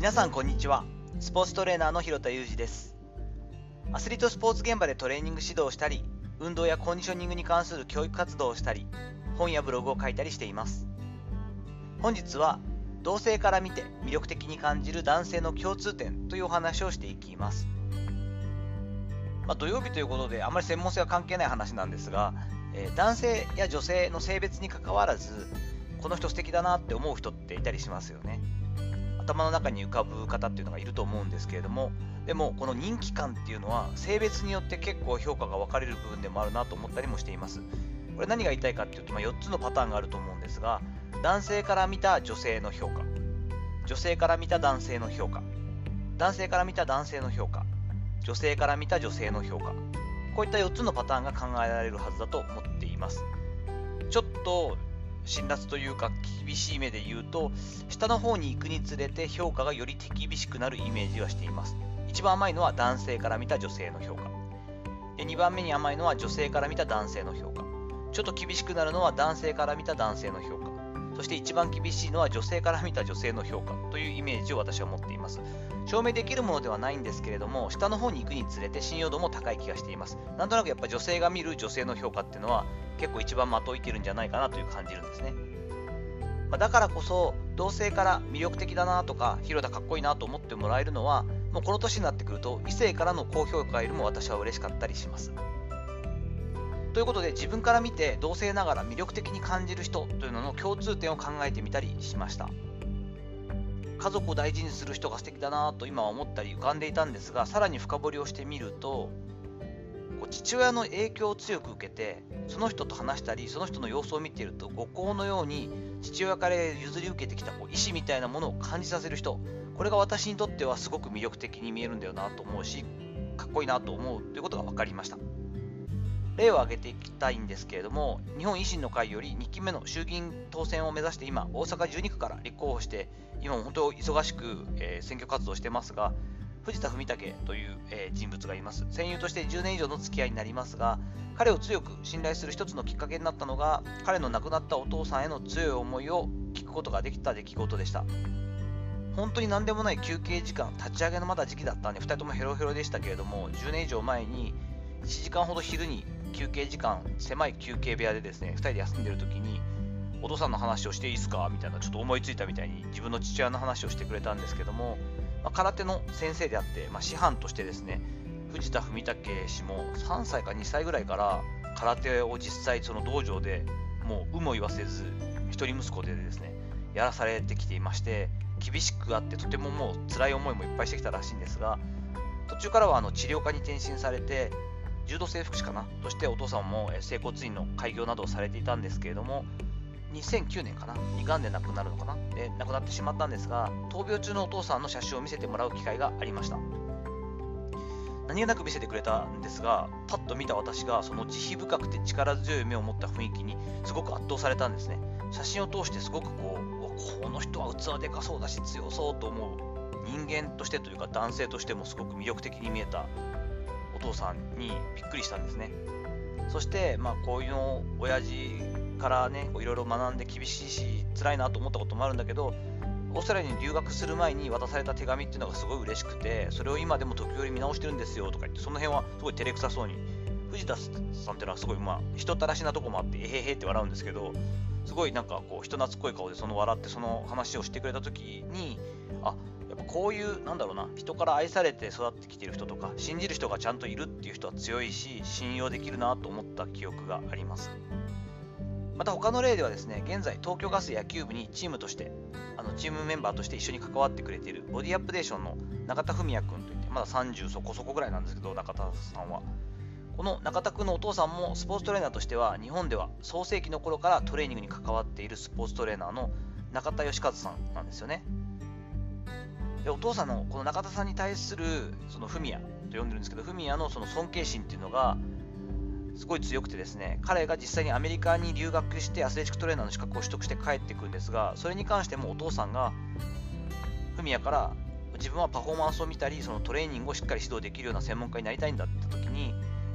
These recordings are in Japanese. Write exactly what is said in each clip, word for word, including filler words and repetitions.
皆さんこんにちは。スポーツトレーナーの広田裕二です。アスリートスポーツ現場でトレーニング指導をしたり、運動やコンディショニングに関する教育活動をしたり、本やブログを書いたりしています。本日は同性から見て魅力的に感じる男性の共通点というお話をしていきます。まあ、土曜日ということであまり専門性は関係ない話なんですが、えー、男性や女性の性別に関わらず、この人素敵だなって思う人っていたりしますよね。頭の中に浮かぶ方っていうのがいると思うんですけれども、でもこの人気感っていうのは性別によって結構評価が分かれる部分でもあるなと思ったりもしています。これ何が言いたいかっていうと、まあ、よっつのパターンがあると思うんですが、男性から見た女性の評価、女性から見た男性の評価、男性から見た男性の評価、女性から見た女性の評価、こういったよっつのパターンが考えられるはずだと思っています。ちょっと辛辣というか厳しい目で言うと、下の方に行くにつれて評価がより手厳しくなるイメージはしています。一番甘いのは男性から見た女性の評価で、にばんめに甘いのは女性から見た男性の評価、ちょっと厳しくなるのは男性から見た男性の評価、そして一番厳しいのは女性から見た女性の評価というイメージを私は持っています。証明できるものではないんですけれども、下の方に行くにつれて信用度も高い気がしています。なんとなくやっぱ女性が見る女性の評価っていうのは結構一番的を射てるんじゃないかなという感じるんですね。まあ、だからこそ同性から魅力的だなとか広田かっこいいなと思ってもらえるのは、もうこの年になってくると異性からの高評価よりも私は嬉しかったりします。ということで、自分から見て同性ながら魅力的に感じる人というのの共通点を考えてみたりしました。家族を大事にする人が素敵だなと今は思ったり浮かんでいたんですが、さらに深掘りをしてみると、こう父親の影響を強く受けてその人と話したり、その人の様子を見ていると五行のように父親から譲り受けてきたこう意志みたいなものを感じさせる人、これが私にとってはすごく魅力的に見えるんだよなと思うし、かっこいいなと思うということが分かりました。例を挙げていきたいんですけれども、日本維新の会よりにきめの衆議院当選を目指して今大阪じゅうにくから立候補して、今も本当忙しく、えー、選挙活動してますが、藤田文武という、えー、人物がいます。戦友としてじゅうねん以上の付き合いになりますが、彼を強く信頼する一つのきっかけになったのが、彼の亡くなったお父さんへの強い思いを聞くことができた出来事でした。本当に何でもない休憩時間、立ち上げのまだ時期だったんでふたりともヘロヘロでしたけれども、じゅうねん以上前にいちじかんほど昼に休憩時間、狭い休憩部屋でですね、ふたりで休んでる時に、お父さんの話をしていいですかみたいな、ちょっと思いついたみたいに自分の父親の話をしてくれたんですけども、まあ、空手の先生であって、まあ、師範としてですね、藤田文武氏もさんさいかにさいぐらいから空手を実際その道場でもう有無を言わせず一人息子でですねやらされてきていまして、厳しくあってとてももう辛い思いもいっぱいしてきたらしいんですが、途中からはあの治療科に転身されて柔道整復師かなとしてお父さんも整骨院の開業などをされていたんですけれども、にせんきゅうねんかなにがんで亡くなるのかなで亡くなってしまったんですが、闘病中のお父さんの写真を見せてもらう機会がありました。何気なく見せてくれたんですが、パッと見た私がその慈悲深くて力強い目を持った雰囲気にすごく圧倒されたんですね。写真を通してすごくこう、この人は器でかそうだし強そうと思う人間としてというか男性としてもすごく魅力的に見えたお父さんにびっくりしたんですね。そして、まあ、こういうの親父からねいろいろ学んで厳しいし辛いなと思ったこともあるんだけど、オーストラリアに留学する前に渡された手紙っていうのがすごい嬉しくて、それを今でも時折見直してるんですよとか言って、その辺はすごい照れくさそうに、藤田さんっていうのはすごいまあ人たらしなとこもあってえへへって笑うんですけど、すごいなんかこう人懐っこい顔でその笑ってその話をしてくれた時に、あ、やっぱこういうなんだろうな、人から愛されて育ってきている人とか信じる人がちゃんといるっていう人は強いし信用できるなと思った記憶があります。また他の例ではですね、現在東京ガス野球部にチームとしてあのチームメンバーとして一緒に関わってくれているボディアップデーションの中田文也君といって、まださんじゅうそこそこぐらいなんですけど、中田さんはこの中田君のお父さんもスポーツトレーナーとしては日本では創世紀の頃からトレーニングに関わっているスポーツトレーナーの中田義和さんなんですよね。でお父さんのこの中田さんに対するその文也と呼んでるんですけど、文也のその尊敬心っていうのがすごい強くてですね、彼が実際にアメリカに留学してアスレチックトレーナーの資格を取得して帰ってくるんですが、それに関してもお父さんが文也から自分はパフォーマンスを見たりそのトレーニングをしっかり指導できるような専門家になりたいんだって時に、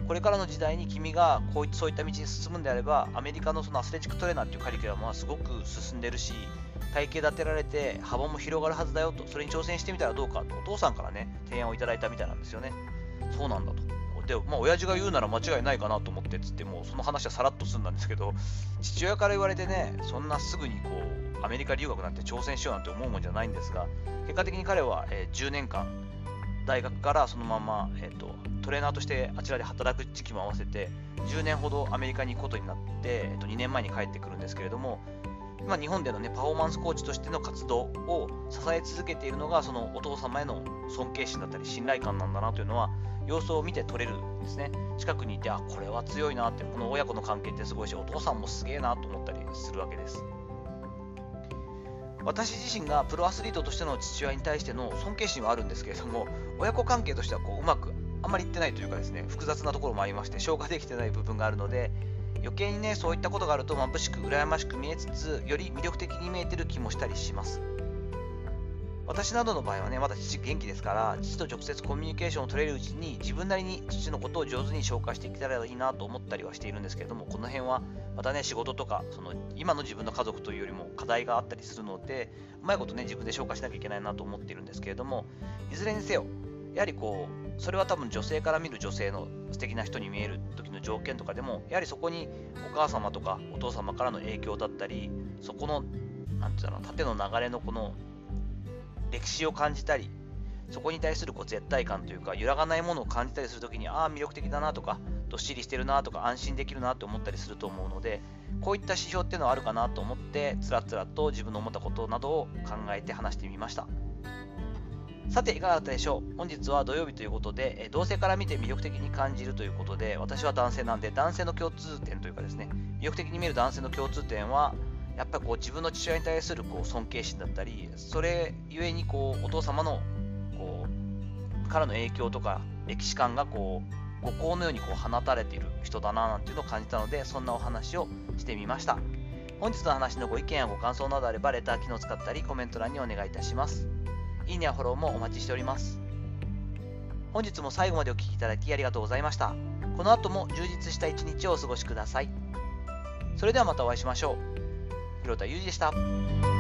これからの時代に君がこういそういった道に進むんであれば、アメリカのそのアスレチックトレーナーっていうカリキュラムはすごく進んでるし、体系立てられて幅も広がるはずだよと、それに挑戦してみたらどうかとお父さんからね提案をいただいたみたいなんですよね。そうなんだと。で、まあ親父が言うなら間違いないかなと思ってつって、もうその話はさらっと済んだんですけど、父親から言われてね、そんなすぐにこうアメリカ留学なんて挑戦しようなんて思うもんじゃないんですが、結果的に彼は、えー、じゅうねんかん大学からそのまま、えーと、トレーナーとしてあちらで働く時期も合わせてじゅうねんほどアメリカに行くことになって、えーと、にねんまえに帰ってくるんですけれども、今日本での、ね、パフォーマンスコーチとしての活動を支え続けているのがそのお父様への尊敬心だったり信頼感なんだなというのは様子を見て取れるんですね。近くにいて、あ、これは強いなって、この親子の関係ってすごいし、お父さんもすげえなと思ったりするわけです。私自身がプロアスリートとしての父親に対しての尊敬心はあるんですけれども、親子関係としてはこううまくあんまりいってないというかですね、複雑なところもありまして消化できてない部分があるので、余計にねそういったことがあると眩しく羨ましく見えつつ、より魅力的に見えてる気もしたりします。私などの場合はね、まだ父元気ですから、父と直接コミュニケーションを取れるうちに自分なりに父のことを上手に消化していけたらいいなと思ったりはしているんですけれども、この辺はまたね仕事とかその今の自分の家族というよりも課題があったりするので、うまいことね自分で消化しなきゃいけないなと思っているんですけれども、いずれにせよやはりこうそれは多分女性から見る女性の素敵な人に見える時の条件とかでも、やはりそこにお母様とかお父様からの影響だったり、そこのなんていうの縦の流れのこの歴史を感じたり、そこに対するこう絶対感というか揺らがないものを感じたりするときに、ああ魅力的だなとかどっしりしてるなとか安心できるなと思ったりすると思うので、こういった指標っていうのはあるかなと思ってつらつらと自分の思ったことなどを考えて話してみました。さていかがだったでしょう。本日は土曜日ということで、同性から見て魅力的に感じるということで、私は男性なんで男性の共通点というかですね、魅力的に見える男性の共通点はやっぱりこう自分の父親に対するこう尊敬心だったり、それゆえにこうお父様のこうからの影響とか歴史観がこう五光のようにこう放たれている人だななんていうのを感じたので、そんなお話をしてみました。本日の話のご意見やご感想などあればレター機能を使ったりコメント欄にお願いいたします。いいねやフォローもお待ちしております。本日も最後までお聞きいただきありがとうございました。この後も充実した一日をお過ごしください。それではまたお会いしましょう。広田裕二でした。